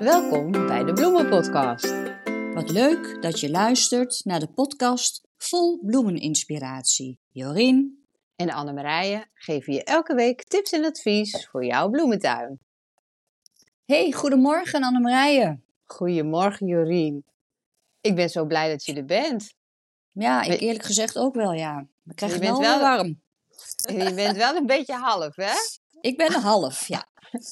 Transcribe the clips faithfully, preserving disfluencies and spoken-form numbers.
Welkom bij de Bloemenpodcast. Wat leuk dat je luistert naar de podcast vol bloemeninspiratie. Jorien en Annemarije geven je elke week tips en advies voor jouw bloementuin. Hey, goedemorgen Annemarije. Goedemorgen Jorien. Ik ben zo blij dat je er bent. Ja, ik eerlijk gezegd ook wel, ja. We krijgen je wel, bent wel warm. Je bent wel een beetje half, hè? Ik ben een half, ja.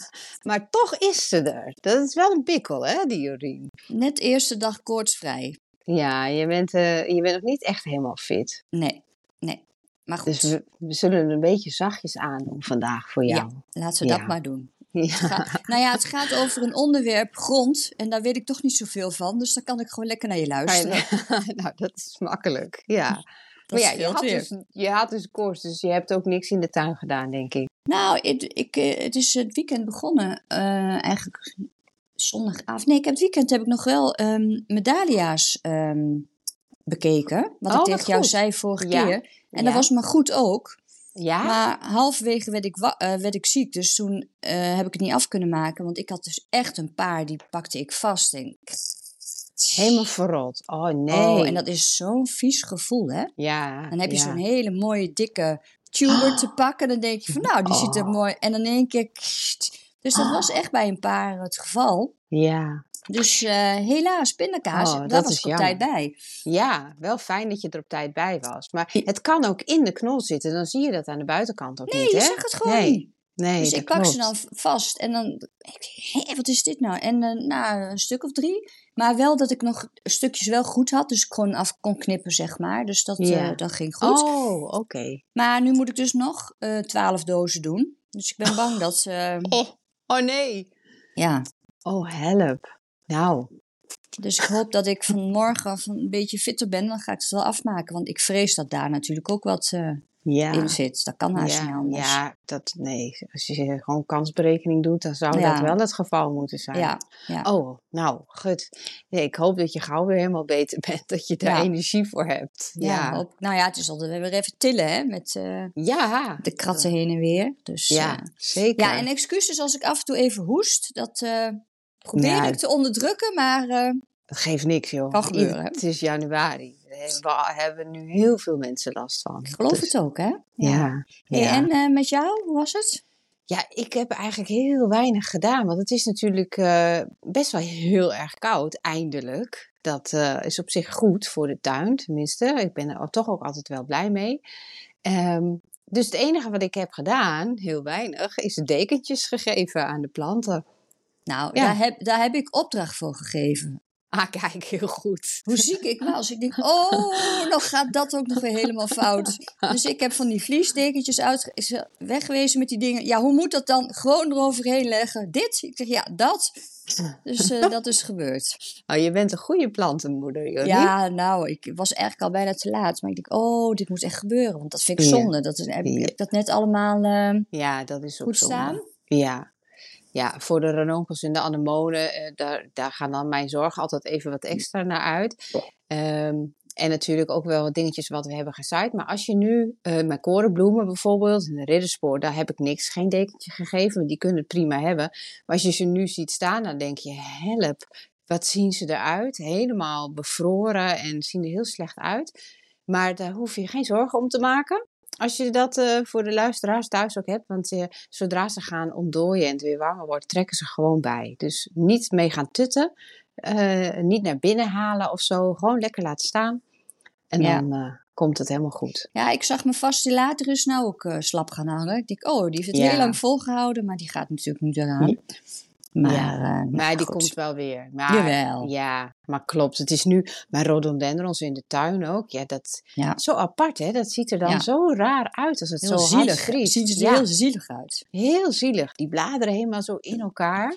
Maar toch is ze er. Dat is wel een pikkel, hè, die Jorien. Net eerste dag koortsvrij. Ja, je bent, uh, je bent nog niet echt helemaal fit. Nee, nee. Maar goed. Dus we, we zullen een beetje zachtjes aandoen vandaag voor jou. Ja, laten we ja. dat maar doen. Ja. Het gaat, nou ja, het gaat over een onderwerp, grond. En daar weet ik toch niet zoveel van. Dus dan kan ik gewoon lekker naar je luisteren. Nou, dat is makkelijk, ja. Dat maar ja, je had, weer. dus, je had dus koorts, dus je hebt ook niks in de tuin gedaan, denk ik. Nou, het, ik, het is het weekend begonnen. Uh, eigenlijk zondagavond. Nee, ik heb het weekend heb ik nog wel um, mijn dahlia's um, bekeken. Wat oh, ik tegen jou zei vorige ja. keer. En ja. dat was maar goed ook. Ja? Maar halverwege werd ik, uh, werd ik ziek. Dus toen uh, heb ik het niet af kunnen maken. Want ik had dus echt een paar, die pakte ik vast. En... Helemaal verrot. Oh nee. Oh, en dat is zo'n vies gevoel, hè? Ja. Dan heb je ja. zo'n hele mooie dikke tuber te pakken. Dan denk je van nou, die oh. ziet er mooi. En dan in één keer... Dus dat oh. was echt bij een paar het geval. Ja. Dus uh, helaas, pindakaas, oh, daar was ik op tijd bij. Ja, wel fijn dat je er op tijd bij was. Maar het kan ook in de knol zitten. Dan zie je dat aan de buitenkant ook nee, niet, hè? Nee, je zag het gewoon nee. niet. Nee, dus dat ik pak klopt. ze dan vast en dan, hé, wat is dit nou? En uh, nou, een stuk of drie. Maar wel dat ik nog stukjes wel goed had, dus ik gewoon af kon knippen, zeg maar. Dus dat, ja. uh, dat ging goed. Oh, oké. Okay. Maar nu moet ik dus nog twaalf uh, dozen doen. Dus ik ben bang dat... Uh, oh, oh nee. Ja. Oh, help. Nou... Dus ik hoop dat ik vanmorgen een beetje fitter ben. Dan ga ik het wel afmaken. Want ik vrees dat daar natuurlijk ook wat uh, ja. in zit. Dat kan haast ja. niet anders. Ja, dat, nee. Als je gewoon kansberekening doet, dan zou ja. dat wel het geval moeten zijn. Ja. ja. Oh, nou, goed. Nee, ik hoop dat je gauw weer helemaal beter bent. Dat je daar ja. energie voor hebt. Ja, ja. Hoop, nou ja, het is altijd weer even tillen, hè. Met uh, ja. de kratten heen en weer. Dus, ja, uh, zeker. Ja, en excuses als ik af en toe even hoest. Dat uh, probeer nou, ik te onderdrukken, maar... Uh, Dat geeft niks, joh. Kan gebeuren, hè? Het is januari. We hebben nu heel veel mensen last van. Ik geloof dus, het ook, hè? Ja. ja, hey, ja. En uh, met jou, hoe was het? Ja, ik heb eigenlijk heel weinig gedaan. Want het is natuurlijk uh, best wel heel erg koud, eindelijk. Dat uh, is op zich goed voor de tuin, tenminste. Ik ben er toch ook altijd wel blij mee. Um, dus het enige wat ik heb gedaan, heel weinig, is de dekentjes gegeven aan de planten. Nou, ja. daar, heb, daar heb ik opdracht voor gegeven. Ah, kijk, heel goed. Hoe ziek ik was. Ik denk, oh, nog gaat dat ook nog weer helemaal fout. Dus ik heb van die vliesdekentjes uit, is weggewezen met die dingen. Ja, hoe moet dat dan? Gewoon eroverheen leggen. Dit? Ik zeg, ja, dat. Dus uh, dat is gebeurd. Oh, je bent een goede plantenmoeder, Jorien. Ja, nou, ik was eigenlijk al bijna te laat. Maar ik denk, oh, dit moet echt gebeuren. Want dat vind ik zonde. Ja. Dat is, heb, ja. heb ik dat net allemaal uh, ja, dat is ook goed zonde. staan? Ja. Ja, voor de ranonkels en de anemonen, uh, daar, daar gaan dan mijn zorgen altijd even wat extra naar uit. Um, en natuurlijk ook wel wat dingetjes wat we hebben gezaaid. Maar als je nu, uh, mijn korenbloemen bijvoorbeeld, en de ridderspoor, daar heb ik niks, geen dekentje gegeven. Die kunnen het prima hebben. Maar als je ze nu ziet staan, dan denk je, help, wat zien ze eruit? Helemaal bevroren en zien er heel slecht uit. Maar daar hoef je geen zorgen om te maken. Als je dat uh, voor de luisteraars thuis ook hebt, want uh, zodra ze gaan ontdooien en het weer warmer wordt, trekken ze gewoon bij. Dus niet mee gaan tutten, uh, niet naar binnen halen of zo, gewoon lekker laten staan en ja. dan uh, komt het helemaal goed. Ja, ik zag mijn vastilatrus nou ook uh, slap gaan hangen. Ik denk, oh, die heeft het ja. heel lang volgehouden, maar die gaat natuurlijk niet eraan. Ja. Maar, ja, uh, nou, maar die goed. komt wel weer. Maar, Jawel. Ja, maar klopt. Het is nu, mijn rhododendrons in de tuin ook. Ja, dat ja. zo apart, hè. Dat ziet er dan ja. zo raar uit als het heel zo zielig. hard vriest. Ziet er ja. heel zielig uit. Heel zielig. Die bladeren helemaal zo in elkaar.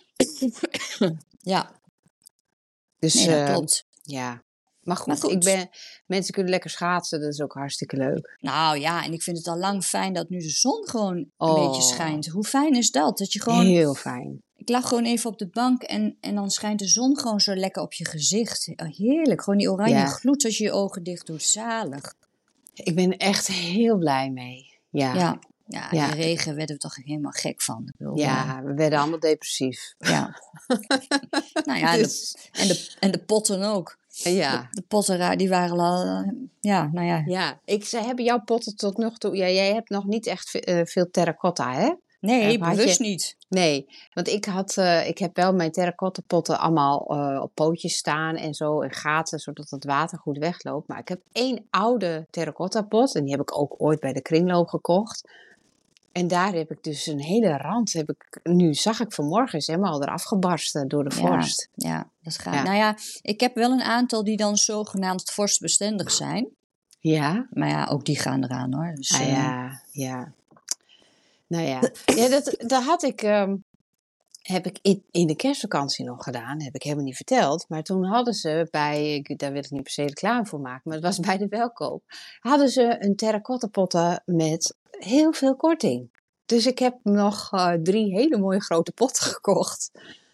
ja. Dus, nee, dat uh, klopt. Ja. Maar goed, maar goed. Ik ben, mensen kunnen lekker schaatsen. Dat is ook hartstikke leuk. Nou ja, en ik vind het al lang fijn dat nu de zon gewoon oh. een beetje schijnt. Hoe fijn is dat? Dat je gewoon... Heel fijn. Ik lag gewoon even op de bank en, en dan schijnt de zon gewoon zo lekker op je gezicht. Heerlijk, gewoon die oranje ja. gloed als je je ogen dicht doet. Zalig. Ik ben echt heel blij mee. Ja. ja. Ja, Ja, die regen werden we toch helemaal gek van. Ik bedoel, uh, ja, we werden allemaal depressief. ja. Nou ja, en, Dus, de, en, de, en de potten ook. De, ja, de potten, ra- die waren al, uh, ja, nou ja. ja. Ik, ze hebben jouw potten tot nog toe... Ja, jij hebt nog niet echt ve- eh, veel terracotta, hè? Nee, Of had bewust je... niet. Nee, want ik, had, eh, ik heb wel mijn terracotta potten allemaal eh, op pootjes staan en zo. En gaten, zodat het water goed wegloopt. Maar ik heb één oude terracotta pot. En die heb ik ook ooit bij de kringloop gekocht. En daar heb ik dus een hele rand. Heb ik, nu zag ik vanmorgen, is helemaal eraf gebarsten door de Ja, vorst. ja, dat gaat. Ja. Nou ja, ik heb wel een aantal die dan zogenaamd vorstbestendig zijn. Ja? Maar ja, ook die gaan eraan hoor. Dus, Ah uh, ja, ja. Nou ja, ja dat, dat had ik, ehm, heb ik in, in de kerstvakantie nog gedaan. Heb ik helemaal niet verteld. Maar toen hadden ze bij, ik, daar wil ik niet per se reclame voor maken, maar het was bij de Welkoop. Hadden ze een terracotta potten met heel veel korting. Dus ik heb nog uh, drie hele mooie grote potten gekocht.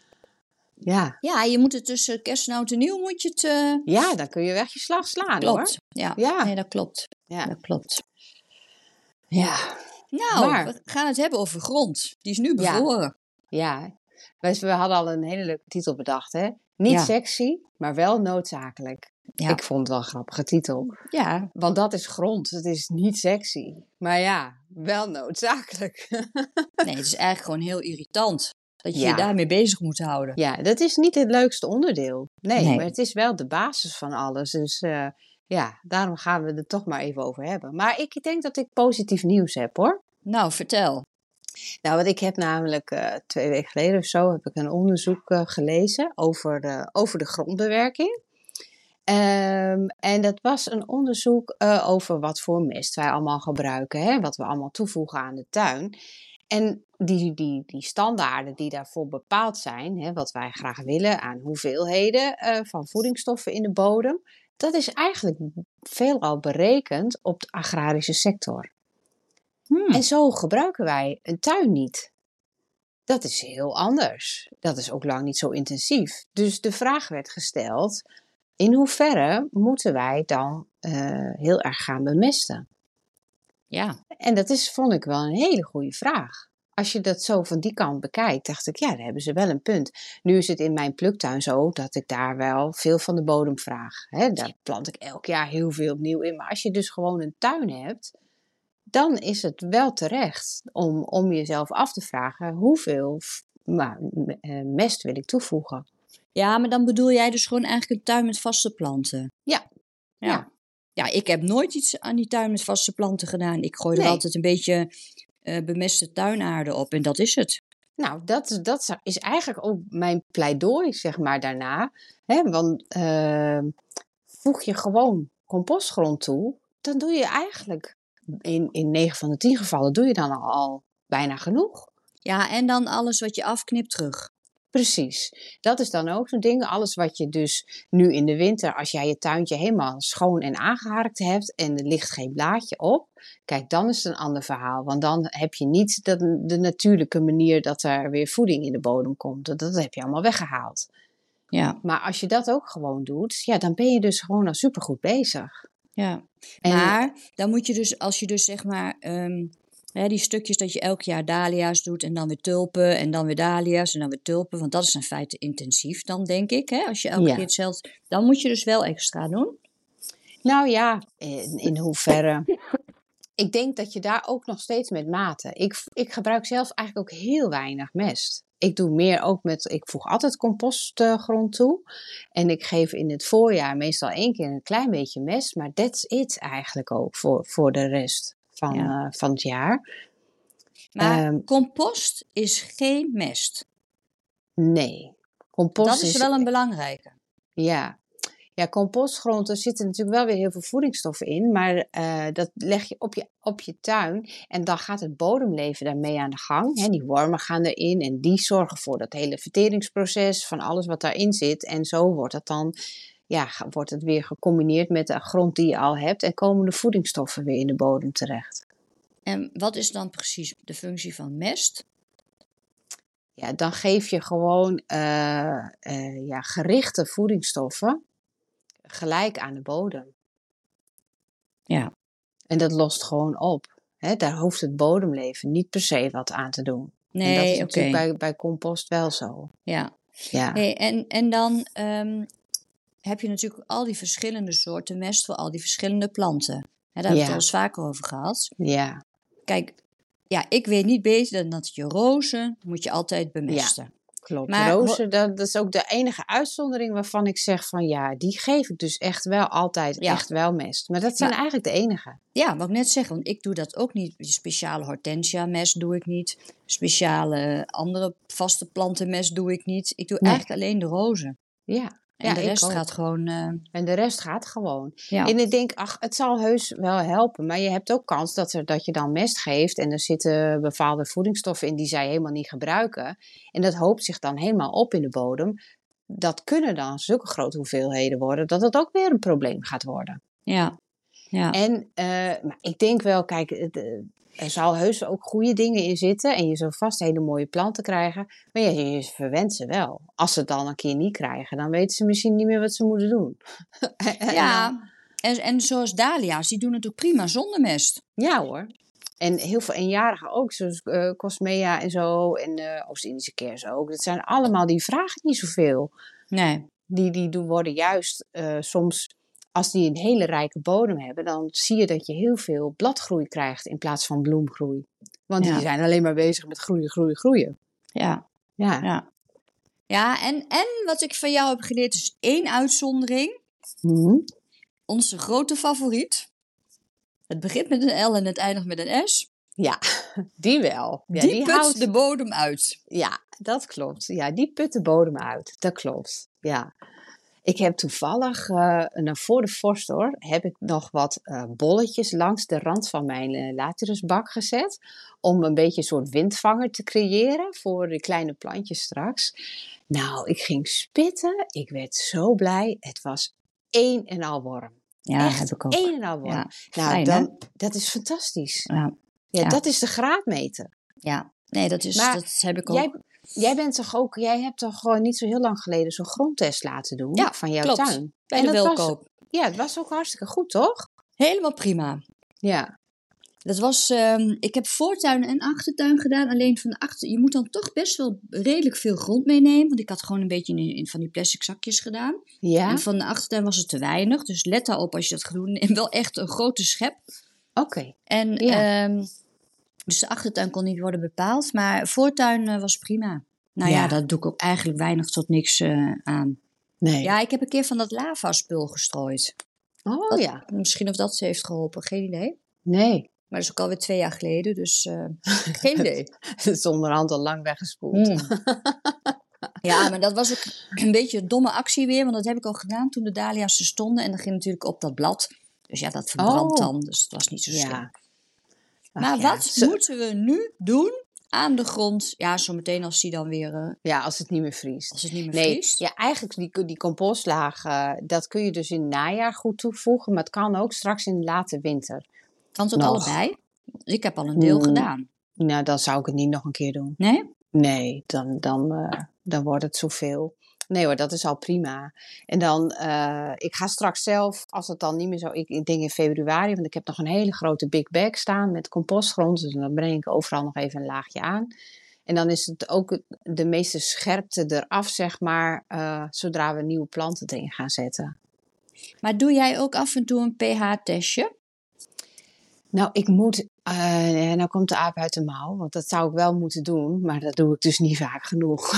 Ja. Ja, je moet het tussen kerst en oud en nieuw moet je het... Uh... Ja, dan kun je weg je slag slaan, klopt. hoor. Ja. Ja. Nee, dat klopt. Ja. Dat klopt. Ja. Nou, maar, we gaan het hebben over grond. Die is nu bevroren. Ja. ja. We hadden al een hele leuke titel bedacht, hè? Niet ja. sexy, maar wel noodzakelijk. Ja. Ik vond het wel een grappige titel. Ja. Want dat is grond. Het is niet sexy. Maar ja, wel noodzakelijk. Nee, het is eigenlijk gewoon heel irritant. Dat je ja. je daarmee bezig moet houden. Ja, dat is niet het leukste onderdeel. Nee, nee. maar het is wel de basis van alles. Dus uh, ja, daarom gaan we het toch maar even over hebben. Maar ik denk dat ik positief nieuws heb, hoor. Nou, vertel. Nou, want ik heb namelijk uh, twee weken geleden of zo heb ik een onderzoek uh, gelezen over de, over de grondbewerking. Um, en dat was een onderzoek uh, over wat voor mest wij allemaal gebruiken, hè? Wat we allemaal toevoegen aan de tuin. En die, die, die standaarden die daarvoor bepaald zijn, hè, wat wij graag willen aan hoeveelheden uh, van voedingsstoffen in de bodem, dat is eigenlijk veelal berekend op de agrarische sector. Hmm. En zo gebruiken wij een tuin niet. Dat is heel anders. Dat is ook lang niet zo intensief. Dus de vraag werd gesteld, in hoeverre moeten wij dan uh, heel erg gaan bemesten? Ja. En dat is, vond ik wel een hele goede vraag. Als je dat zo van die kant bekijkt, dacht ik, ja, daar hebben ze wel een punt. Nu is het in mijn pluktuin zo dat ik daar wel veel van de bodem vraag. Hè, daar plant ik elk jaar heel veel opnieuw in. Maar als je dus gewoon een tuin hebt, dan is het wel terecht om, om jezelf af te vragen hoeveel nou, mest wil ik toevoegen. Ja, maar dan bedoel jij dus gewoon eigenlijk een tuin met vaste planten? Ja. Ja. ja. Ja, ik heb nooit iets aan die tuin met vaste planten gedaan. Ik gooi er nee. altijd een beetje uh, bemeste tuinaarde op en dat is het. Nou, dat, dat is eigenlijk ook mijn pleidooi, zeg maar, daarna. Hè? Want uh, voeg je gewoon compostgrond toe, dan doe je eigenlijk in, in negen van de tien gevallen doe je dan al, al bijna genoeg. Ja, en dan alles wat je afknipt terug. Precies. Dat is dan ook zo'n ding. Alles wat je dus nu in de winter, als jij je tuintje helemaal schoon en aangeharkt hebt en er ligt geen blaadje op, kijk, dan is het een ander verhaal. Want dan heb je niet de, de natuurlijke manier dat er weer voeding in de bodem komt. Dat, dat heb je allemaal weggehaald. Ja. Maar als je dat ook gewoon doet, ja, dan ben je dus gewoon al supergoed bezig. Ja, en, maar dan moet je dus, als je dus zeg maar... Um... Ja, die stukjes dat je elk jaar dahlia's doet en dan weer tulpen en dan weer dahlia's en dan weer tulpen. Want dat is in feite intensief dan, denk ik. Hè? Als je elke ja. keer hetzelfde... Dan moet je dus wel extra doen. Nou ja, in, in hoeverre... Ik denk dat je daar ook nog steeds met mate... Ik, ik gebruik zelf eigenlijk ook heel weinig mest. Ik doe meer ook met... Ik voeg altijd compostgrond toe. En ik geef in het voorjaar meestal één keer een klein beetje mest. Maar that's it eigenlijk ook voor, voor de rest. Van, ja. uh, van het jaar. Maar um, compost is geen mest. Nee. Compost dat is, is wel een belangrijke. Ja. Ja, compostgrond, er zitten natuurlijk wel weer heel veel voedingsstoffen in. Maar uh, dat leg je op, je op je tuin. En dan gaat het bodemleven daarmee aan de gang. Hè, die wormen gaan erin. En die zorgen voor dat hele verteringsproces van alles wat daarin zit. En zo wordt het dan... Ja, wordt het weer gecombineerd met de grond die je al hebt en komen de voedingsstoffen weer in de bodem terecht. En wat is dan precies de functie van mest? Ja, dan geef je gewoon uh, uh, ja, gerichte voedingsstoffen gelijk aan de bodem. Ja. En dat lost gewoon op. Hè, daar hoeft het bodemleven niet per se wat aan te doen. Nee, en dat is oké. natuurlijk bij, bij compost wel zo. Ja. Ja, Hey, en, en dan um, heb je natuurlijk al die verschillende soorten mest voor al die verschillende planten. Hè, daar hebben we het ja, al eens vaker over gehad. ja, Kijk, ja, ik weet niet beter dan dat je rozen moet je altijd bemesten. klopt. Maar ho- Rozen, dat, dat is ook de enige uitzondering waarvan ik zeg van ja, die geef ik dus echt wel altijd Ja. echt wel mest. Maar dat zijn Maar- eigenlijk de enige. Ja, wat ik net zeg, want ik doe dat ook niet. Speciale hortensia-mest doe ik niet. Speciale andere vaste plantenmest doe ik niet. Ik doe Nee. eigenlijk alleen de rozen. Ja, En ja, de ik rest ook. gaat gewoon... eh, En de rest gaat gewoon. ja. En ik denk, ach, het zal heus wel helpen. Maar je hebt ook kans dat, er, dat je dan mest geeft. En er zitten bepaalde voedingsstoffen in die zij helemaal niet gebruiken. En dat hoopt zich dan helemaal op in de bodem. Dat kunnen dan zulke grote hoeveelheden worden. Dat het ook weer een probleem gaat worden. ja, ja. En uh, maar ik denk wel, kijk, het, uh, er zal heus ook goede dingen in zitten. En je zult vast hele mooie planten krijgen. Maar ja, je, je verwent ze wel. Als ze het dan een keer niet krijgen, dan weten ze misschien niet meer wat ze moeten doen. Ja, en, en zoals dahlia's, die doen het ook prima zonder mest. Ja hoor. En heel veel eenjarigen ook, zoals uh, Cosmea en zo. En uh, Oost-Indische kers ook. Dat zijn allemaal, die vragen niet zoveel. Nee. Die, die doen, worden juist uh, soms, als die een hele rijke bodem hebben, dan zie je dat je heel veel bladgroei krijgt in plaats van bloemgroei. Want Ja. die zijn alleen maar bezig met groeien, groeien, groeien. Ja, Ja. ja. Ja, en, en wat ik van jou heb geleerd is één uitzondering. Mm-hmm. Onze grote favoriet. Het begint met een L en het eindigt met een S. Ja, die wel. Ja, die die put houdt de bodem uit. Ja, dat klopt. Ja, die put de bodem uit. Dat klopt. Ja. Ik heb toevallig, uh, nou, voor de vorst hoor, heb ik nog wat uh, bolletjes langs de rand van mijn uh, latirusbak gezet. Om een beetje een soort windvanger te creëren voor de kleine plantjes straks. Nou, ik ging spitten. Ik werd zo blij. Het was één en al worm. Ja, Echt heb ik ook. één en al worm. Ja, nou, fijn, dan, dat is fantastisch. Ja. Ja, Ja. dat is de graadmeter. Ja, nee, dat, is, Maar dat heb ik ook. Jij, jij bent toch ook, jij hebt toch gewoon niet zo heel lang geleden zo'n grondtest laten doen Ja, van jouw klopt. tuin. Bij En de dat was, welkoop. ja, het was ook hartstikke goed, toch? Helemaal prima. Ja. Dat was, um, ik heb voortuin en achtertuin gedaan. Alleen van de achter, je moet dan toch best wel redelijk veel grond meenemen. Want ik had gewoon een beetje in, in van die plastic zakjes gedaan. Ja? En van de achtertuin was het te weinig. Dus let daarop als je dat gaat doen. En wel echt een grote schep. Oké. Okay. En Ja. um, dus de achtertuin kon niet worden bepaald. Maar voortuin uh, was prima. Nou ja. ja, daar doe ik ook eigenlijk weinig tot niks uh, aan. Nee. Ja, ik heb een keer van dat lavaspul gestrooid. Oh dat, ja. Misschien of dat heeft geholpen. Geen idee. Nee. Maar dat is ook alweer twee jaar geleden, dus uh, geen idee. Het is onderhand al lang weggespoeld. Hmm. Ja, maar dat was ook een beetje een domme actie weer, want dat heb ik al gedaan toen de dahlia's er stonden. En dat ging natuurlijk op dat blad. Dus ja, dat verbrandt oh. dan, dus het was niet zo slim. Ja. Ach, maar ja. wat Zo. moeten we nu doen aan de grond? Ja, zometeen als die dan weer... Uh, ja, als het niet meer vriest. Als het niet meer nee, vriest. Ja, eigenlijk die, die compostlaag, uh, dat kun je dus in het najaar goed toevoegen. Maar het kan ook straks in de late winter. Kan het nog. allebei? Ik heb al een deel mm. gedaan. Nou, dan zou ik het niet nog een keer doen. Nee? Nee, dan, dan, uh, dan wordt het zoveel. Nee hoor, dat is al prima. En dan, uh, ik ga straks zelf, als het dan niet meer zo, ik, ik denk in februari, want ik heb nog een hele grote big bag staan met compostgrond. Dus dan breng ik overal nog even een laagje aan. En dan is het ook de meeste scherpte eraf, zeg maar, uh, zodra we nieuwe planten erin gaan zetten. Maar doe jij ook af en toe een pH-testje? Nou, ik moet, uh, nou komt de aap uit de mouw, want dat zou ik wel moeten doen, maar dat doe ik dus niet vaak genoeg.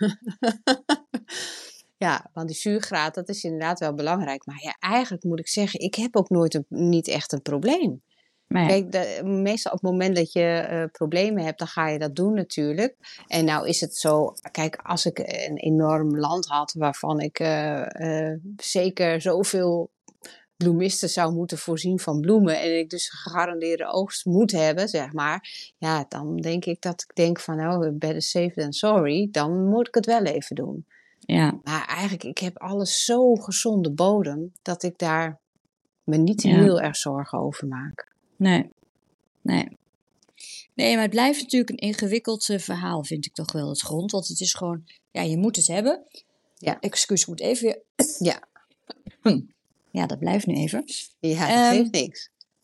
Ja, want die zuurgraad, dat is inderdaad wel belangrijk. Maar ja, eigenlijk moet ik zeggen, ik heb ook nooit een, niet echt een probleem. Nee. Kijk, de, meestal op het moment dat je uh, problemen hebt, dan ga je dat doen natuurlijk. En nou is het zo, kijk, als ik een enorm land had waarvan ik uh, uh, zeker zoveel bloemisten zou moeten voorzien van bloemen en ik dus een gegarandeerde oogst moet hebben, zeg maar. Ja, dan denk ik dat ik denk van, nou, oh, better safe than sorry. Dan moet ik het wel even doen. Ja. Maar eigenlijk, ik heb alles zo gezonde bodem, dat ik daar me niet ja. heel erg zorgen over maak. Nee. Nee. Nee, maar het blijft natuurlijk een ingewikkeld uh, verhaal, vind ik toch wel, het grond. Want het is gewoon, ja, je moet het hebben. Ja. Excuus, ik moet even weer... Ja. Hm. Ja, dat blijft nu even. Ja, dat um, geeft niks.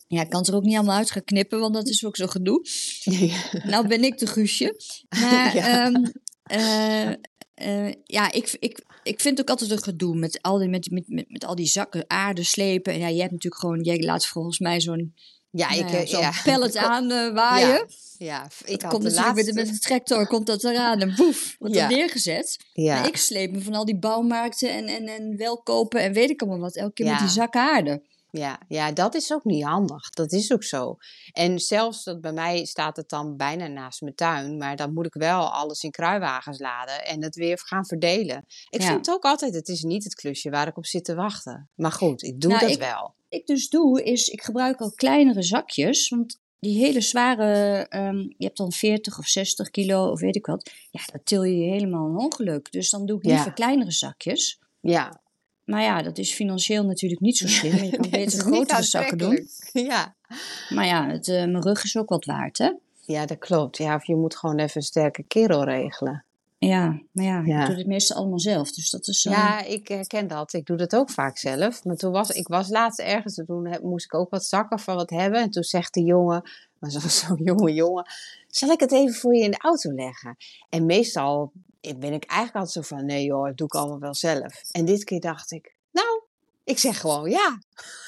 Ja, ik kan het er ook niet allemaal uit gaan knippen, want dat is ook zo gedoe. Nou ben ik de Guusje. Maar ja, um, uh, uh, ja ik, ik, ik vind het ook altijd een gedoe met al die, met, met, met, met al die zakken aarde slepen. En ja, je hebt natuurlijk gewoon, jij laat volgens mij zo'n ja, nou ik, ja, zo'n ja. pallet aan uh, waaien. Ja, ja. Ik dat had komt de natuurlijk laatste... met, met de tractor, komt dat eraan en boef, wordt ja. er neergezet. Ja. Maar ik sleep me van al die bouwmarkten en, en, en welkopen en weet ik allemaal wat, elke keer ja. met die zakken aarde. Ja, ja, dat is ook niet handig. Dat is ook zo. En zelfs dat bij mij staat het dan bijna naast mijn tuin. Maar dan moet ik wel alles in kruiwagens laden en het weer gaan verdelen. Ik ja. vind het ook altijd, het is niet het klusje waar ik op zit te wachten. Maar goed, ik doe nou, dat ik, wel. Wat ik dus doe, is ik gebruik al kleinere zakjes. Want die hele zware, um, je hebt dan veertig of zestig kilo of weet ik wat. Ja, dat til je helemaal een ongeluk. Dus dan doe ik liever ja. kleinere zakjes. Ja. Maar ja, dat is financieel natuurlijk niet zo slim. Je kan nee, beter grotere zakken doen. Ja. Maar ja, het, uh, mijn rug is ook wat waard, hè? Ja, dat klopt. Ja, of je moet gewoon even een sterke kerel regelen. Ja, maar ja, ja. ik doe het meestal allemaal zelf. Dus dat is, uh... Ja, ik herken dat. Ik doe dat ook vaak zelf. Maar toen was ik was laatst ergens en toen heb, moest ik ook wat zakken van wat hebben. En toen zegt de jongen, maar zo'n zo jonge jongen, zal ik het even voor je in de auto leggen? En meestal ben ik eigenlijk altijd zo van, nee joh, dat doe ik allemaal wel zelf. En dit keer dacht ik, nou, ik zeg gewoon ja.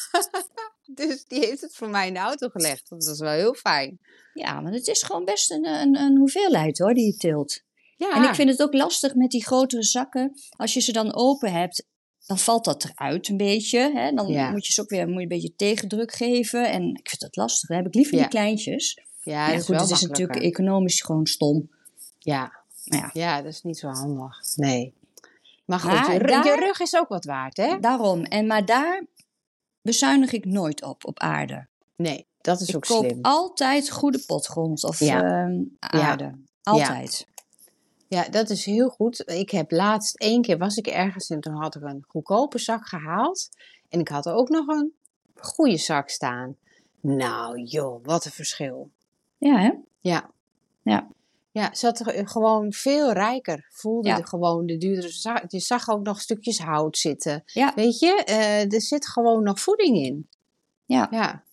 Dus die heeft het voor mij in de auto gelegd. Dat is wel heel fijn. Ja, maar het is gewoon best een, een, een hoeveelheid hoor, die je tilt. Ja. En ik vind het ook lastig met die grotere zakken. Als je ze dan open hebt, dan valt dat eruit een beetje. Hè? Dan ja. moet je ze ook weer moet je een beetje tegendruk geven. En ik vind dat lastig. Dan heb ik liever ja. die kleintjes. Ja, ja dat goed, is wel het is natuurlijk economisch gewoon stom. Ja. Ja. ja, dat is niet zo handig. Nee. Maar goed, maar je, rug, daar, je rug is ook wat waard, hè? Daarom. En maar daar bezuinig ik nooit op, op aarde. Nee, dat is ik ook slim. Ik koop altijd goede potgrond of ja. uh, aarde. Ja. Altijd. Ja. Ja, dat is heel goed. Ik heb laatst één keer was ik ergens en toen had ik een goedkope zak gehaald. En ik had ook nog een goede zak staan. Nou joh, wat een verschil. Ja, hè? Ja. Ja. Ja, ze had er gewoon veel rijker. Voelde ja. de gewoon de duurdere zak. Je zag ook nog stukjes hout zitten. Ja. Weet je, uh, er zit gewoon nog voeding in. Ja. Ja.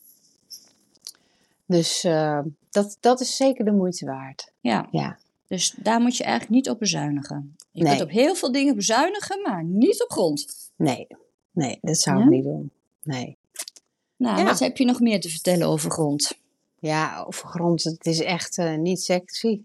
Dus uh, dat, dat is zeker de moeite waard. Ja. Ja. Dus daar moet je eigenlijk niet op bezuinigen. Je nee. kunt op heel veel dingen bezuinigen, maar niet op grond. Nee, nee, dat zou ja? ik niet doen. Nee. Nou, ja. wat heb je nog meer te vertellen over grond? Ja, over grond, het is echt uh, niet sexy.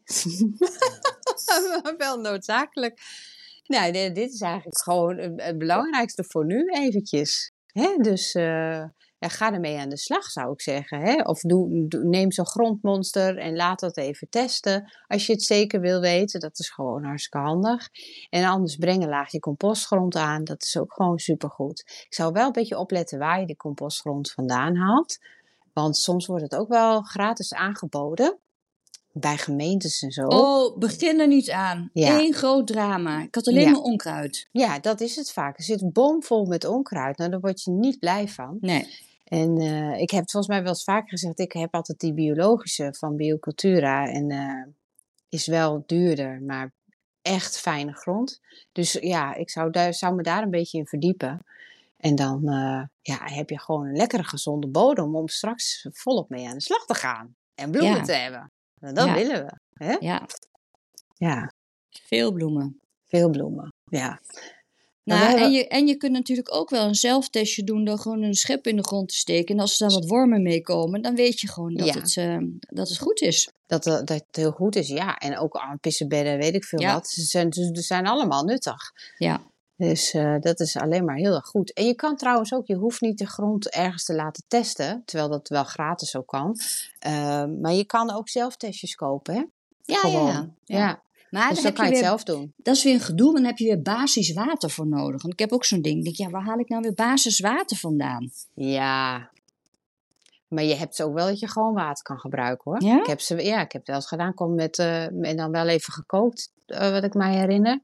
Maar wel noodzakelijk. Nou, dit is eigenlijk gewoon het belangrijkste voor nu eventjes. Hè? Dus uh, ja, ga ermee aan de slag, zou ik zeggen. Hè? Of doe, doe, neem zo'n grondmonster en laat dat even testen. Als je het zeker wil weten, dat is gewoon hartstikke handig. En anders breng een laagje compostgrond aan. Dat is ook gewoon supergoed. Ik zou wel een beetje opletten waar je de compostgrond vandaan haalt. Want soms wordt het ook wel gratis aangeboden. Bij gemeentes en zo. Oh, begin er niet aan. Ja. Eén groot drama. Ik had alleen ja. maar onkruid. Ja, dat is het vaak. Er zit bomvol met onkruid. Nou, daar word je niet blij van. Nee. En uh, ik heb het volgens mij wel eens vaker gezegd. Ik heb altijd die biologische van Biocultura. En uh, is wel duurder, maar echt fijne grond. Dus ja, ik zou, daar, zou me daar een beetje in verdiepen. En dan uh, ja, heb je gewoon een lekkere gezonde bodem om straks volop mee aan de slag te gaan. En bloemen ja. te hebben. En dat ja. willen we. Hè? Ja. Ja. Veel bloemen. Veel bloemen, ja. Nou, hebben... en, je, en je kunt natuurlijk ook wel een zelftestje doen door gewoon een schep in de grond te steken. En als er dan wat wormen meekomen, dan weet je gewoon dat, ja. het, uh, dat het goed is. Dat, dat het heel goed is, ja. En ook aan pissenbedden, weet ik veel ja. wat. Ze zijn, ze zijn allemaal nuttig. Ja. Dus uh, dat is alleen maar heel erg goed. En je kan trouwens ook, je hoeft niet de grond ergens te laten testen. Terwijl dat wel gratis ook kan. Uh, maar je kan ook zelf testjes kopen, hè? Ja, Gewoon. ja, ja. ja. Maar dus dan, dan heb kan je je het weer, zelf doen. Dat is weer een gedoe, want dan heb je weer basiswater voor nodig. Want ik heb ook zo'n ding. Ik denk, ja, waar haal ik nou weer basiswater vandaan? Ja. Maar je hebt ook wel dat je gewoon water kan gebruiken, hoor. Ja? Ik heb, ze, ja, ik heb het wel eens gedaan. Kom met, uh, en dan wel even gekookt, uh, wat ik mij herinner.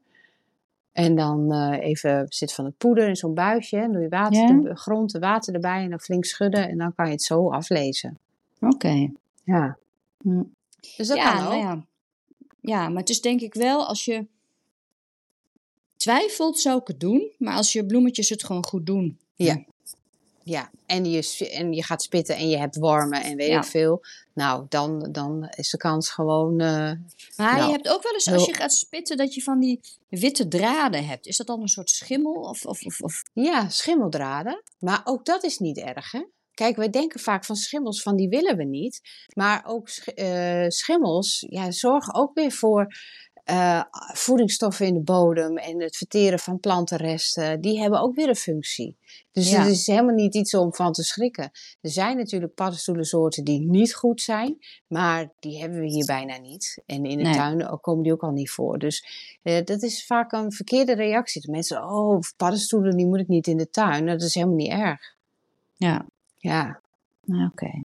En dan uh, even zit van het poeder in zo'n buisje. En doe je water, ja? de grond, de water erbij en dan flink schudden. En dan kan je het zo aflezen. Oké. Okay. Ja. Hm. Dus dat ja, kan ook. Nou ja. ja, maar het is denk ik wel, als je twijfelt zou ik het doen. Maar als je bloemetjes het gewoon goed doen. Ja. Ja, en je, s- en je gaat spitten en je hebt wormen en weet Ja. ik veel. Nou, dan, dan is de kans gewoon... eh, Maar je nou, hebt ook wel eens als heel- je gaat spitten dat je van die witte draden hebt. Is dat dan een soort schimmel? Of, of, of, of... Ja, schimmeldraden. Maar ook dat is niet erg, hè? Kijk, wij denken vaak van schimmels, van die willen we niet. Maar ook sch- eh, schimmels ja, zorgen ook weer voor eh, voedingsstoffen in de bodem en het verteren van plantenresten. Die hebben ook weer een functie. Dus Ja. het is helemaal niet iets om van te schrikken. Er zijn natuurlijk paddenstoelensoorten die niet goed zijn, maar die hebben we hier bijna niet. En in de Nee. tuin ook- komen die ook al niet voor. Dus eh, dat is vaak een verkeerde reactie. De mensen, oh, paddenstoelen die moet ik niet in de tuin. Nou, dat is helemaal niet erg. Ja, Ja. nou, oké.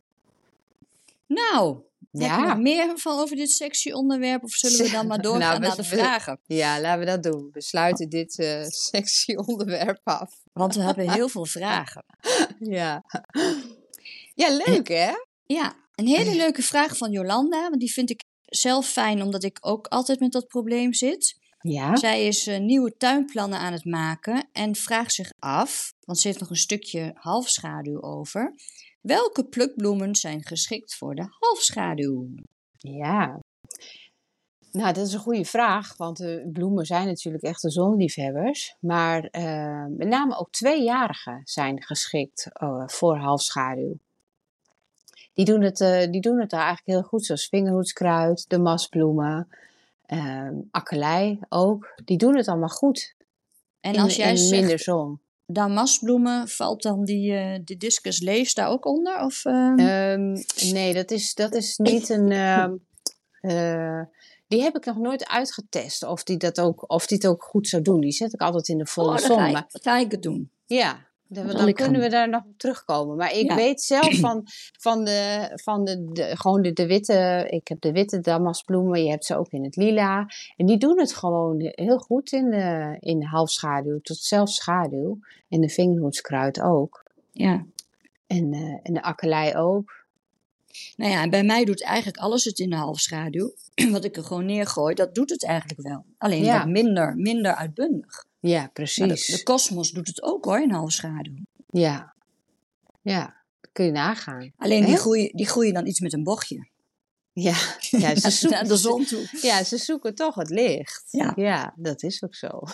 Nou, heb je Ja. nog meer van over dit sexy onderwerp? Of zullen we dan maar doorgaan Nou, we- naar de we- vragen? Ja, laten we dat doen. We sluiten dit eh, sexy onderwerp af. Want we hebben heel veel vragen. Ja. Ja, leuk hè? Ja, een hele leuke vraag van Jolanda. Want die vind ik zelf fijn, omdat ik ook altijd met dat probleem zit. Ja. Zij is eh, nieuwe tuinplannen aan het maken en vraagt zich af, want ze heeft nog een stukje halfschaduw over. Welke plukbloemen zijn geschikt voor de halfschaduw? Ja. Nou, dat is een goede vraag, want de bloemen zijn natuurlijk echte zonliefhebbers. Maar eh, met name ook tweejarigen zijn geschikt eh, voor halfschaduw. Die doen, het, eh, die doen het daar eigenlijk heel goed, zoals vingerhoedskruid, de masbloemen, eh akkelei ook. Die doen het allemaal goed En in, als jij in zegt minder zon. damastbloemen, valt dan die eh de discus lees daar ook onder? Of, ehm? Ehm, nee, dat is, dat is niet een... ehm, eh, die heb ik nog nooit uitgetest of die, dat ook, of die het ook goed zou doen. Die zet ik altijd in de volle oh, dan zon. ga Maar ik, ga ik het doen. ja, dan, zal dan ik gaan kunnen we doen. daar nog op terugkomen. Maar ik Ja. weet zelf van, van, de, van de, de, gewoon de, de witte... Ik heb de witte damastbloemen, je hebt ze ook in het lila. En die doen het gewoon heel goed in de, in de halfschaduw, tot zelfs schaduw. En de vingerhoedskruid ook. Ja. En, eh, en de akkelei ook. Nou ja, en bij mij doet eigenlijk alles het in de halfschaduw. Wat ik er gewoon neergooi, dat doet het eigenlijk wel. Alleen Ja. wat minder, minder uitbundig. Ja, Maar de, precies. de kosmos doet het ook hoor, in halfschaduw. Ja, ja, dat kun je nagaan. Alleen die Hè? groeien, die groeien dan iets met een bochtje. Ja, ja, ze Naar zoeken, de zon toe. ja, ze zoeken toch het licht. Ja. Ja, dat is ook zo.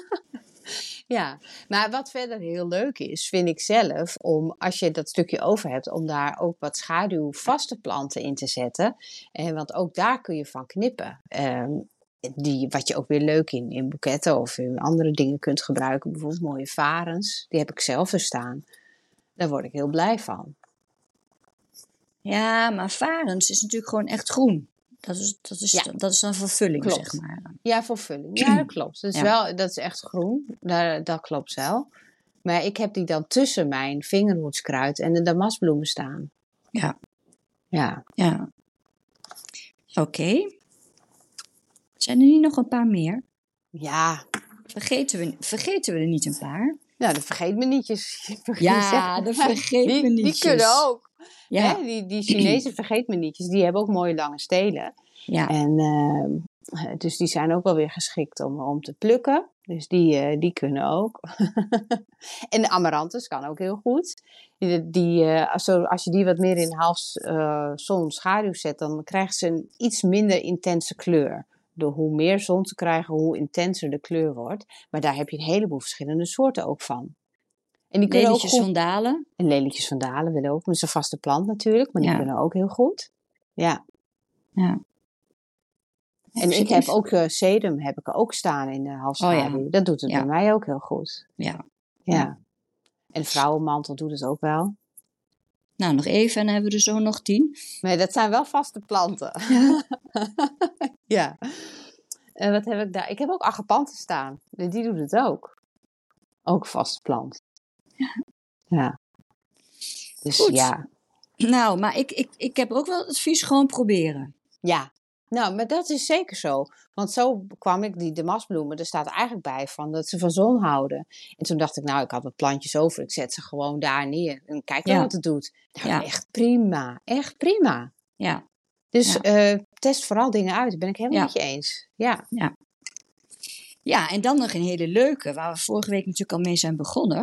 Ja, maar wat verder heel leuk is, vind ik zelf, om als je dat stukje over hebt, om daar ook wat schaduwvaste planten in te zetten. En want ook daar kun je van knippen. Ehm, die, wat je ook weer leuk in, in boeketten of in andere dingen kunt gebruiken. Bijvoorbeeld mooie varens, die heb ik zelf er staan. Daar word ik heel blij van. Ja, maar varens is natuurlijk gewoon echt groen. Dat is, dat is, Ja. dat is dan vervulling, Klopt. zeg maar. Ja, voor vulling. Ja, dat klopt. Dat is, Ja. wel, dat is echt groen. Dat, dat klopt wel. Maar ik heb die dan tussen mijn vingerhoedskruid en de damastbloemen staan. Ja. Ja. Ja. Oké. Zijn er niet nog een paar meer? Ja. Vergeten we, vergeten we er niet een paar? Nou, de vergeetmenietjes. Ja, de vergeetmenietjes. Die, die kunnen ook. Ja. Hè? Die, die Chinese vergeetmenietjes, die hebben ook mooie lange stelen. Ja. En uh, dus die zijn ook wel weer geschikt om, om te plukken. Dus die, uh, die kunnen ook. En de amaranthus kan ook heel goed. Die, die, uh, als, als je die wat meer in half uh, zon schaduw zet, dan krijgt ze een iets minder intense kleur. Door hoe meer zon te krijgen, hoe intenser de kleur wordt. Maar daar heb je een heleboel verschillende soorten ook van. En die kunnen Lelietjes ook goed... van Dalen. En lelietjes van Dalen willen ook. Dat is een vaste plant natuurlijk, maar die Ja. kunnen ook heel goed. Ja. Ja. En ik heb ook uh, sedum heb ik ook staan in de halfschaduw. Oh ja. Dat doet het Ja. bij mij ook heel goed. Ja. Ja. Ja. En vrouwenmantel doet het ook wel. Nou, nog even en dan hebben we er zo nog tien. Maar dat zijn wel vaste planten. Ja. Ja. En wat heb ik daar? Ik heb ook agapanten staan. Die doet het ook. Ook vaste plant. Ja. Ja. Dus Goed. ja. Nou, maar ik, ik, ik heb ook wel het advies gewoon proberen. Ja. Nou, maar dat is zeker zo. Want zo kwam ik, die damastbloemen, er staat eigenlijk bij van dat ze van zon houden. En toen dacht ik, nou, ik had wat plantjes over. Ik zet ze gewoon daar neer. En kijk wel Ja. wat het doet. Nou, Ja. echt prima. Echt prima. Ja. Dus Ja. eh, test vooral dingen uit. Daar ben ik helemaal Ja. met je eens. Ja. Ja, en dan nog een hele leuke, waar we vorige week natuurlijk al mee zijn begonnen.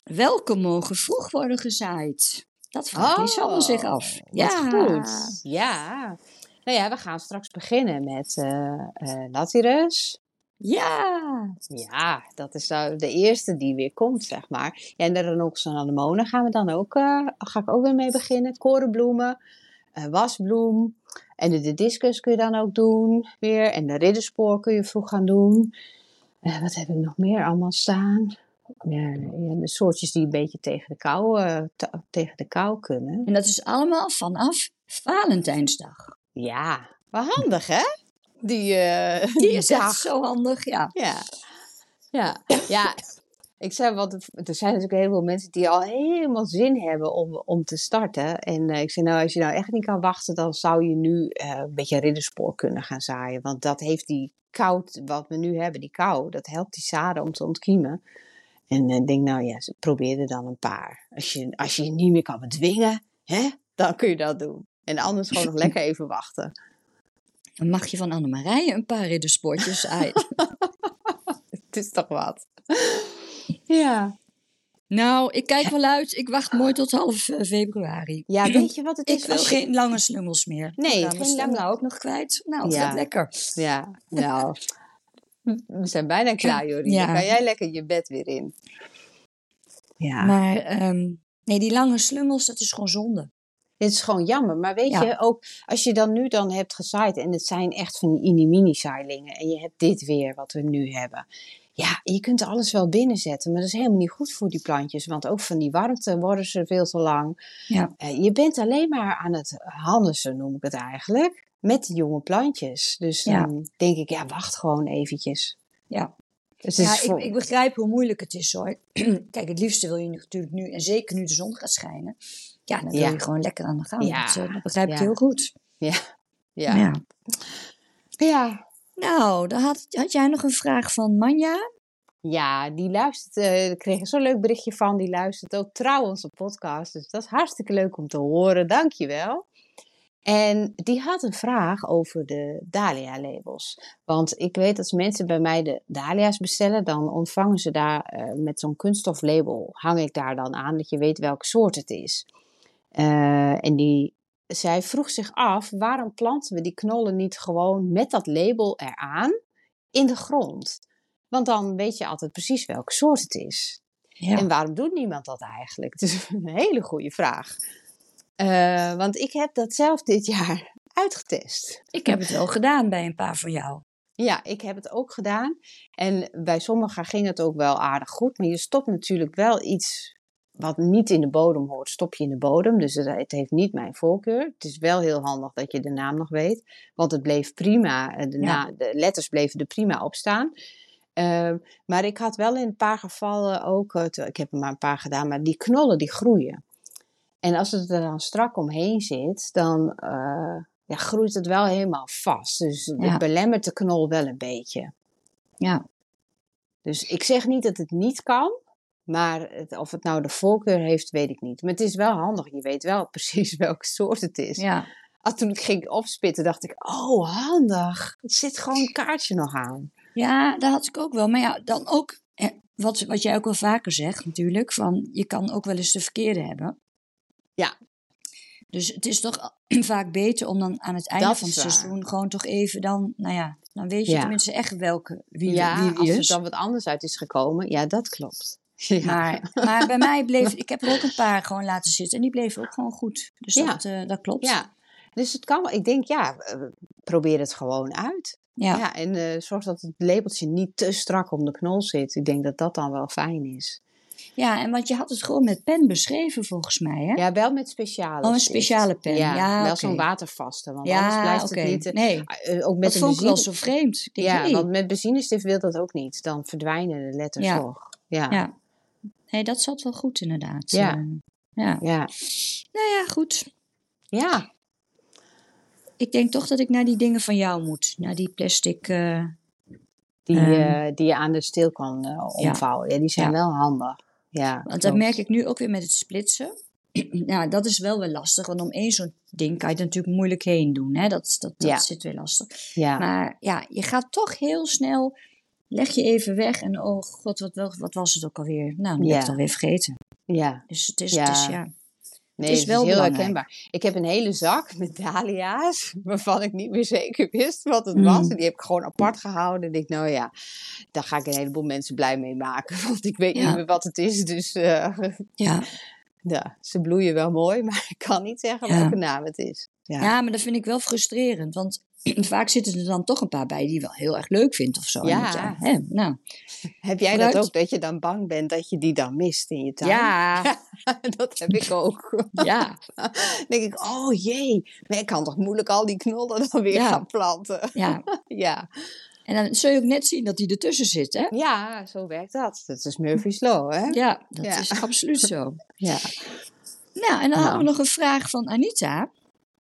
welke mogen vroeg worden gezaaid? Dat vraagt Lisanne zich af. Wat Ja. goed. Ja. Nou ja, we gaan straks beginnen met uh, uh, Lathyrus. Ja. Ja, dat is nou de eerste die weer komt, zeg maar. Ja, en de Ranunculus en anemonen gaan we dan ook, uh, ga ik ook weer mee beginnen. Korenbloemen, uh, wasbloem. En de, de discus kun je dan ook doen weer. En de ridderspoor kun je vroeg gaan doen. Uh, wat heb ik nog meer allemaal staan? Ja, ja, de soortjes die een beetje tegen de kou, uh, te, tegen de kou kunnen. En dat is allemaal vanaf Valentijnsdag. Ja, wel handig hè? Die, uh, die is echt zo handig, ja. Ja, ja. ja. Ik zei, want er zijn natuurlijk heel veel mensen die al helemaal zin hebben om, om te starten. En uh, ik zei, nou, als je nou echt niet kan wachten, dan zou je nu uh, een beetje ridderspoor kunnen gaan zaaien. Want dat heeft die koud, wat we nu hebben, die kou, dat helpt die zaden om te ontkiemen. En ik uh, denk, nou ja, probeer er dan een paar. Als je, als je je niet meer kan bedwingen, hè, dan kun je dat doen. En anders gewoon nog lekker even wachten. Dan mag je van Annemarije een paar riddersportjes uit. Het is toch wat. Ja. Nou, ik kijk wel uit. Ik wacht mooi tot half uh, februari. Ja, weet je wat het is? Ik wil je... geen lange slungels meer. Nee, geen geen lange... nou ook nog kwijt. Nou, het ja. gaat lekker. Ja, nou. We zijn bijna klaar, Jorien. Ja. Dan kan jij lekker je bed weer in. Ja. Maar, um, nee, die lange slungels, dat is gewoon zonde. Het is gewoon jammer, maar weet ja. je, ook als je dan nu dan hebt gezaaid en het zijn echt van die mini-mini zaailingen en je hebt dit weer wat we nu hebben. Ja, je kunt alles wel binnenzetten, maar dat is helemaal niet goed voor die plantjes, want ook van die warmte worden ze veel te lang. Ja. Uh, je bent alleen maar aan het handelen, noem ik het eigenlijk, met die jonge plantjes. Dus dan ja. denk ik, ja, wacht gewoon eventjes. Ja. Dus ja, voor... ik, ik begrijp hoe moeilijk het is hoor. Kijk, het liefste wil je natuurlijk nu, en zeker nu de zon gaat schijnen, ja, dan wil ja. je gewoon lekker aan de gang. Ja. Dat, uh, dat begrijp ja. ik heel goed. Ja. Ja. ja. ja. Nou, dan had, had jij nog een vraag van Manja? Ja, die luistert, uh, ik kreeg zo'n leuk berichtje van, die luistert ook trouw onze podcast. Dus dat is hartstikke leuk om te horen, dankjewel. En die had een vraag over de Dahlia-labels. Want ik weet dat als mensen bij mij de Dahlia's bestellen, dan ontvangen ze daar uh, met zo'n kunststoflabel, hang ik daar dan aan, dat je weet welke soort het is. Uh, en die, zij vroeg zich af, waarom planten we die knollen niet gewoon met dat label eraan in de grond? Want dan weet je altijd precies welke soort het is. Ja. En waarom doet niemand dat eigenlijk? Het is een hele goede vraag. Uh, want ik heb dat zelf dit jaar uitgetest. Ik heb het wel gedaan bij een paar van jou. Ja, ik heb het ook gedaan. En bij sommigen ging het ook wel aardig goed. Maar je stopt natuurlijk wel iets wat niet in de bodem hoort, stop je in de bodem. Dus het heeft niet mijn voorkeur. Het is wel heel handig dat je de naam nog weet. Want het bleef prima, de, na, ja. de letters bleven er prima op staan. Uh, maar ik had wel in een paar gevallen ook, uh, ik heb er maar een paar gedaan, maar die knollen die groeien. En als het er dan strak omheen zit, dan uh, ja, groeit het wel helemaal vast. Dus het ja. belemmert de knol wel een beetje. Ja. Dus ik zeg niet dat het niet kan, maar het, of het nou de voorkeur heeft, weet ik niet. Maar het is wel handig, je weet wel precies welke soort het is. Ja. Als toen ik ging opspitten, dacht ik, oh handig, het zit gewoon een kaartje nog aan. Ja, dat had ik ook wel. Maar ja, dan ook, wat, wat jij ook wel vaker zegt natuurlijk, van je kan ook wel eens de verkeerde hebben. Ja. Dus het is toch vaak beter om dan aan het einde dat van het seizoen gewoon toch even dan, nou ja, dan weet je ja. tenminste echt welke, wie, ja, wie, wie als is. er dan wat anders uit is gekomen, ja, dat klopt. Ja. Maar, maar bij mij bleef, ik heb er ook een paar gewoon laten zitten en die bleven ook gewoon goed. Dus ja. dat, uh, dat klopt. Ja, dus het kan, ik denk ja, probeer het gewoon uit. Ja. ja en uh, zorg dat het labeltje niet te strak om de knol zit. Ik denk dat dat dan wel fijn is. Ja, en want je had het gewoon met pen beschreven volgens mij, hè? Ja, wel met speciale. Oh, een speciale pen. Ja, ja wel okay. zo'n watervaste, want ja, anders blijft okay. het niet... Nee, uh, ook met dat vond ik wel zo vreemd. Ik denk, ja, hey. want met benzinestift wil dat ook niet. Dan verdwijnen de letters ja. toch. Ja. ja. Nee, dat zat wel goed inderdaad. Ja. Uh, ja. ja. Nou ja, goed. Ja. Ik denk toch dat ik naar die dingen van jou moet. Naar die plastic... Uh, die, uh, die je aan de steel kan uh, omvouwen. Ja. ja, die zijn ja. wel handig. Ja, want klopt. Dat merk ik nu ook weer met het splitsen. Ja, dat is wel weer lastig. Want om één zo'n ding kan je het natuurlijk moeilijk heen doen. Hè? Dat, dat, dat ja. zit weer lastig. Ja. Maar ja, je gaat toch heel snel leg je even weg en oh god, wat, wel- wat was het ook alweer? Nou, dan ben ik het Ja, alweer vergeten. ja, Dus het is, het is ja. ja, het Nee, is het is wel heel belangrijk. herkenbaar. Ik heb een hele zak met dahlia's, waarvan ik niet meer zeker wist wat het Mm. was. En die heb ik gewoon apart gehouden. En ik, nou ja, daar ga ik een heleboel mensen blij mee maken. Want ik weet niet Ja, meer wat het is. Dus eh, ja, ja, ze bloeien wel mooi, maar ik kan niet zeggen ja. welke naam het is. Ja, Ja, maar dat vind ik wel frustrerend. Want vaak zitten er dan toch een paar bij die je wel heel erg leuk vindt of zo. En denk je, ja, ja. hè, nou, Heb jij dat vooruit. ook, dat je dan bang bent dat je die dan mist in je tuin? Ja, Dat heb ik ook. ja, Dan denk ik, oh jee, maar ik kan toch moeilijk al die knollen dan weer ja, gaan planten. ja. Ja. En dan zul je ook net zien dat die ertussen zit, hè? Ja, zo werkt dat. Dat is Murphy's Law, hè? Ja, dat Ja. is absoluut zo. Ja. Nou, en dan hadden we Nou, nog een vraag van Anita.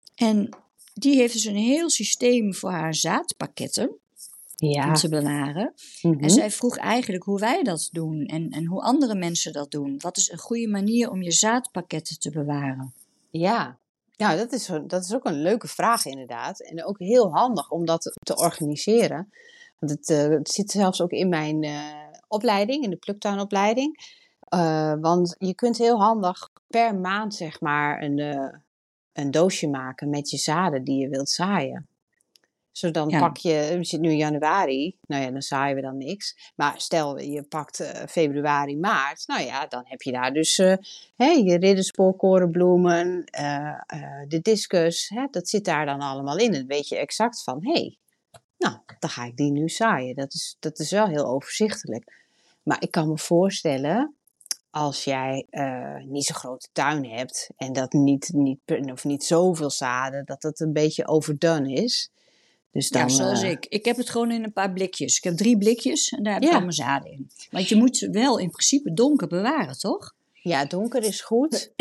En die heeft dus een heel systeem voor haar zaadpakketten om ja. te bewaren. Mhm. En zij vroeg eigenlijk hoe wij dat doen en, en hoe andere mensen dat doen. Wat is een goede manier om je zaadpakketten te bewaren? Ja. Nou, dat is, een- dat is ook een leuke vraag inderdaad. En ook heel handig om dat te organiseren. Want het, eh, het zit zelfs ook in mijn eh, opleiding, in de pluktuinopleiding. Eh, want je kunt heel handig per maand zeg maar een, eh, een doosje maken met je zaden die je wilt zaaien. Zo dan Ja, pak je, we zitten nu in januari, nou ja, dan zaaien we dan niks. Maar stel je pakt eh, februari, maart, nou ja, dan heb je daar dus eh, hè, je ridderspoorkorenbloemen, eh, eh, de discus, hè, dat zit daar dan allemaal in. En dan weet je exact van, hé, hey, nou, dan ga ik die nu zaaien. Dat is, dat is wel heel overzichtelijk. Maar ik kan me voorstellen, als jij eh, niet zo'n grote tuin hebt en dat niet, niet, per- of niet zoveel zaden, dat dat een beetje overdone is. Dus ja, dan, zoals eh, ik. Ik heb het gewoon in een paar blikjes. Ik heb drie blikjes en daar heb ik al ja, mijn zaden in. Want je moet ze wel in principe donker bewaren, toch? ja, donker is goed.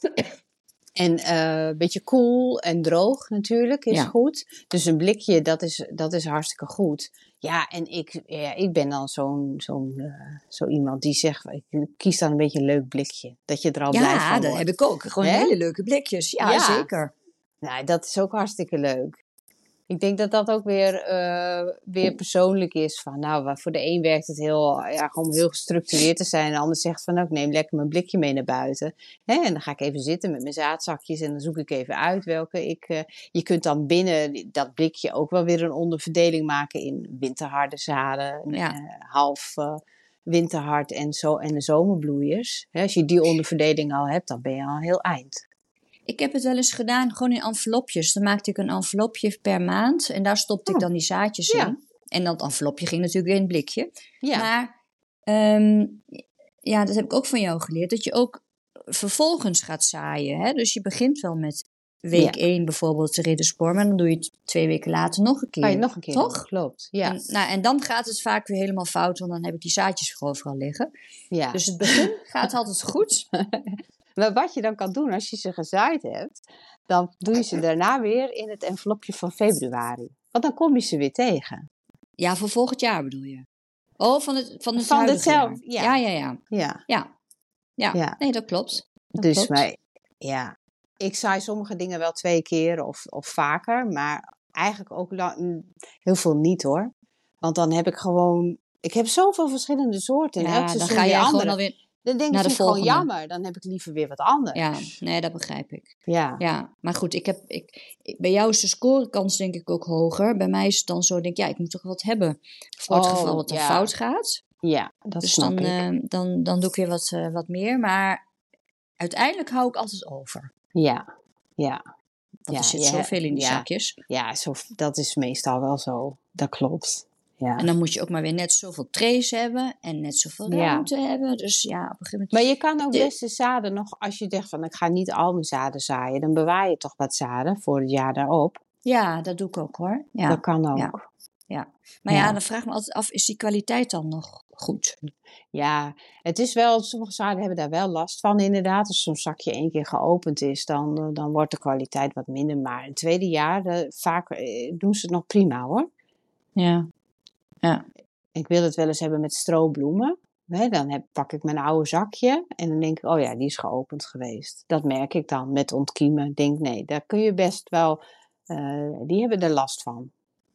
En eh, een beetje koel en droog natuurlijk is Ja, goed. Dus een blikje, dat is, dat is hartstikke goed. Ja, en ik, ja, ik ben dan zo'n zo'n eh, zo iemand die zegt, ik kies dan een beetje een leuk blikje. Dat je er al blij ja, van dat heb wordt. ik ook. Gewoon Hè? hele leuke blikjes. Ja, Ja, zeker. nou, dat is ook hartstikke leuk. Ik denk dat dat ook weer, eh, weer persoonlijk is. Van, nou, wa- voor de een werkt het heel, ja, gewoon om heel gestructureerd te zijn. En de ander zegt van, nou, ik neem lekker mijn blikje mee naar buiten. Hè, en dan ga ik even zitten met mijn zaadzakjes. En dan zoek ik even uit welke ik... eh, je kunt dan binnen dat blikje ook wel weer een onderverdeling maken in winterharde zaden. Ja. eh, half eh, winterhard en, zo, en de zomerbloeiers. Hè, als je die onderverdeling al hebt, dan ben je al heel eind. Ik heb het wel eens gedaan, gewoon in envelopjes. Dan maakte ik een envelopje per maand en daar stopte ik Oh, dan die zaadjes ja, in. En dat envelopje ging natuurlijk weer in het blikje. ja, Maar ehm, ja, dat heb ik ook van jou geleerd, dat je ook vervolgens gaat zaaien. Hè? Dus je begint wel met week ja. één bijvoorbeeld de ridderspoor, maar dan doe je het twee weken later nog een Kan je keer. nog een keer doen, Toch? klopt. Ja, En, nou, en dan gaat het vaak weer helemaal fout, want dan heb ik die zaadjes weer overal liggen. ja. Dus het begin gaat altijd goed. Maar wat je dan kan doen als je ze gezaaid hebt, dan doe je ze daarna weer in het envelopje van februari. Want dan kom je ze weer tegen. Ja, voor volgend jaar bedoel je? Oh, van het, van het Van huidige jaar. hetzelfde, ja. Ja, ja, ja. Ja, Ja, ja. ja. Nee, dat klopt. Dat Dus klopt. maar, ja, ik zaai sommige dingen wel twee keer of, of vaker, maar eigenlijk ook la- mm, heel veel niet hoor. Want dan heb ik gewoon, ik heb zoveel verschillende soorten en elk Ja, dan seizoen ga weer jij gewoon andere. alweer Dan denk ik, naar de vind ik gewoon volgende. jammer, dan heb ik liever weer wat Ja, anders. nee, dat begrijp ik. Ja, Ja, maar goed, ik heb, ik, ik- bij jou is de scorekans denk ik ook hoger. Bij mij is het dan zo, denk ik, ja, ik moet toch wat hebben voor het geval oh het dan ja, fout gaat. ja, dat Dus snap dan, ik. eh, dan, dan doe ik weer wat, eh, wat meer. Maar uiteindelijk hou ik altijd over. Ja, ja. Want er Ja, zit je, zoveel in die ja, zakjes. ja zo, dat is meestal wel zo. Dat klopt. En Ja. dan moet je ook maar weer net zoveel trays hebben en net zoveel Ja. ruimte hebben. Dus ja, op een gegeven moment... Maar je kan ook De- best de zaden nog, als je zegt van ik ga niet al mijn zaden zaaien, dan bewaar je toch wat zaden voor het jaar daarop. Ja, dat doe ik ook hoor. Dat Ja, kan ook. ja, ja. Maar ja, Ja. dan vraag ik me altijd af, is die kwaliteit dan nog goed? Ja, het is wel, sommige zaden hebben daar wel last van inderdaad. Als zo'n zakje één keer geopend is, dan, eh, dan wordt de kwaliteit wat minder. Maar het tweede jaar, eh, vaak eh, doen ze het nog prima hoor. Ja, ja. Ik wil het wel eens hebben met stroobloemen. Hè, dan heb, pak ik mijn oude zakje en dan denk ik, oh ja, die is geopend geweest. Dat merk ik dan met ontkiemen. Ik denk, nee, daar kun je best wel, eh, die hebben er last van.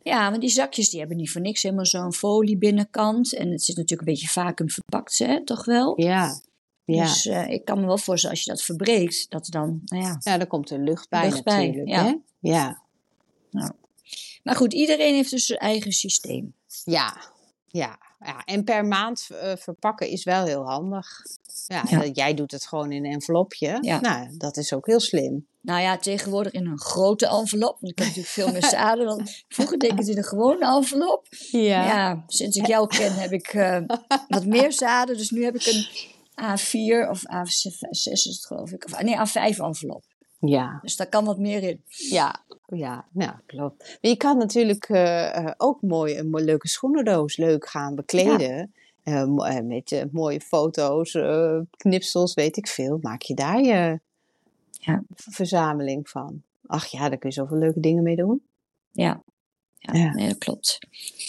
Ja, want die zakjes die hebben niet voor niks helemaal zo'n folie binnenkant. En het zit natuurlijk een beetje vacuüm verpakt, hè, toch wel? Ja, ja. Dus uh, ik kan me wel voorstellen als je dat verbreekt, dat er dan, nou ja... Ja, daar komt er lucht bij lucht bij, natuurlijk, ja. hè? Ja. Nou. Maar goed, iedereen heeft dus zijn eigen systeem. Ja, ja. ja. En per maand uh, verpakken is wel heel handig. Ja, Ja. uh, jij doet het gewoon in een envelopje. Ja. Nou, dat is ook heel slim. Nou ja, tegenwoordig in een grote envelop. Want ik heb natuurlijk veel meer zaden. Want vroeger deed ik het in een gewone envelop. Ja. Ja, sinds ik jou ken heb ik uh, wat meer zaden. Dus nu heb ik een A vier of A zes is het geloof ik. Of, nee, A vijf envelop. Ja. Dus daar kan wat meer in. Ja, ja, nou, klopt. Maar je kan natuurlijk uh, ook mooi een leuke schoenendoos leuk gaan bekleden. Ja. Uh, met uh, mooie foto's, uh, knipsels, weet ik veel. Maak je daar je ja. verzameling van. Ach ja, daar kun je zoveel leuke dingen mee doen. Ja, ja, ja. Nee, dat klopt.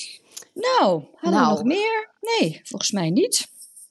Nou, hadden nou. we nog meer? Nee, volgens mij niet.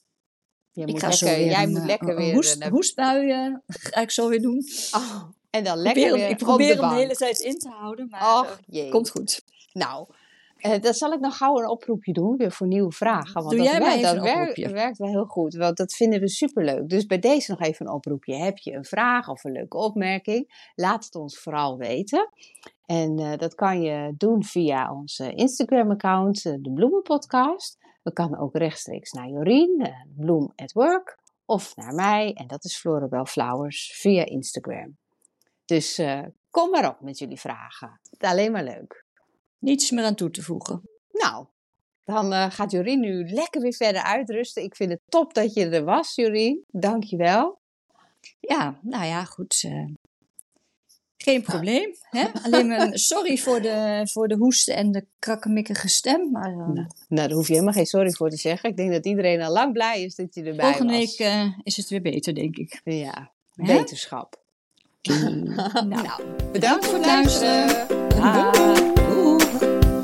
Je ik moet ga lekker, zo weer jij een, moet lekker een, weer... Een hoest, uh, hoestbuien ga ik zo weer doen. Oh, en dan lekker probeer, weer Ik probeer de hem de hele tijd in te houden, maar Och, uh, komt goed. Nou, uh, dan zal ik nog gauw een oproepje doen, weer voor nieuwe vragen. Want Doe dat jij werkt, maar even dat een werkt, oproepje. werkt wel heel goed, want dat vinden we superleuk. Dus bij deze nog even een oproepje. Heb je een vraag of een leuke opmerking? Laat het ons vooral weten. En uh, dat kan je doen via ons uh, Instagram-account, uh, de Bloemenpodcast. We kan ook rechtstreeks naar Jorien, uh, Bloem at Work, of naar mij, en dat is Florabel Flowers, via Instagram. Dus uh, kom maar op met jullie vragen. Het is alleen maar leuk. Niets meer aan toe te voegen. Nou, dan uh, gaat Jorien nu lekker weer verder uitrusten. Ik vind het top dat je er was, Jorien. Dank je wel. Ja, nou ja, goed. Uh, geen probleem. Hè? Alleen maar sorry voor de, voor de hoesten en de krakkemikkige stem. Maar, uh, nou, nou, daar hoef je helemaal geen sorry voor te zeggen. Ik denk dat iedereen al lang blij is dat je erbij volgende was. Volgende week uh, is het weer beter, denk ik. Ja, Hè? beterschap. Okay. nou, bedankt voor het luisteren. luisteren. Doei. Doei.